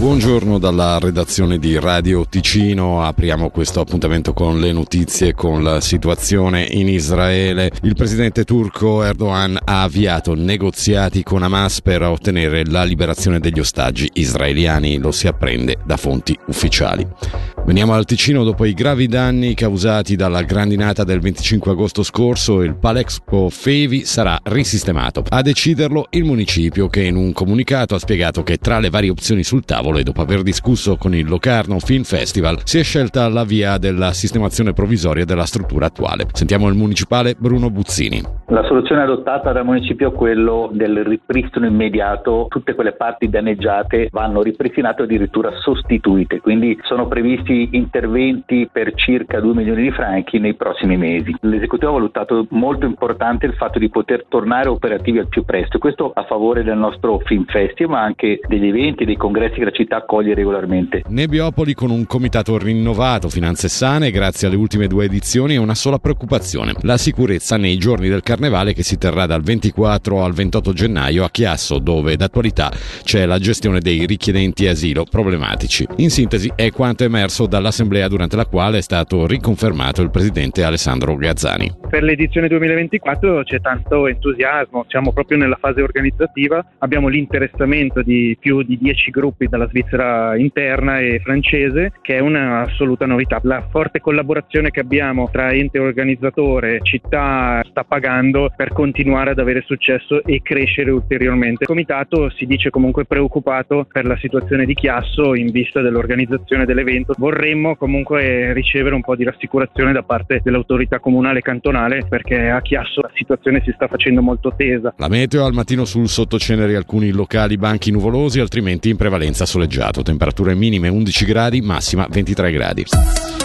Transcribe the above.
Buongiorno dalla redazione di Radio Ticino. Apriamo questo appuntamento con le notizie, con la situazione in Israele. Il presidente turco Erdogan ha avviato negoziati con Hamas per ottenere la liberazione degli ostaggi israeliani, lo si apprende da fonti ufficiali. Veniamo al Ticino. Dopo i gravi danni causati dalla grandinata del 25 agosto scorso, il Palexpo Fevi sarà risistemato. A deciderlo il municipio, che in un comunicato ha spiegato che tra le varie opzioni sul tavolo e dopo aver discusso con il Locarno Film Festival si è scelta la via della sistemazione provvisoria della struttura attuale. Sentiamo il municipale Bruno Buzzini. La soluzione adottata dal municipio è quello del ripristino immediato. Tutte quelle parti danneggiate vanno ripristinate o addirittura sostituite, quindi sono previsti interventi per circa 2 milioni di franchi nei prossimi mesi. L'esecutivo ha valutato molto importante il fatto di poter tornare operativi al più presto, questo a favore del nostro Film Festival, ma anche degli eventi e dei congressi che la città accoglie regolarmente. Nebbiopoli con un comitato rinnovato, finanze sane grazie alle ultime 2 edizioni e una sola preoccupazione: la sicurezza nei giorni del carnevale che si terrà dal 24 al 28 gennaio a Chiasso, dove d'attualità c'è la gestione dei richiedenti asilo problematici. In sintesi è quanto emerso dall'assemblea, durante la quale è stato riconfermato il presidente Alessandro Gazzani. Per l'edizione 2024 c'è tanto entusiasmo, siamo proprio nella fase organizzativa, abbiamo l'interessamento di più di 10 gruppi dalla Svizzera interna e francese, che è un'assoluta novità. La forte collaborazione che abbiamo tra ente organizzatore e città sta pagando per continuare ad avere successo e crescere ulteriormente. Il comitato si dice comunque preoccupato per la situazione di Chiasso in vista dell'organizzazione dell'evento. Vorremmo comunque ricevere un po' di rassicurazione da parte dell'autorità comunale e cantonale, perché a Chiasso la situazione si sta facendo molto tesa. La meteo: al mattino sul sottoceneri alcuni locali banchi nuvolosi, altrimenti in prevalenza soleggiato. Temperature minime 11 gradi, massima 23 gradi.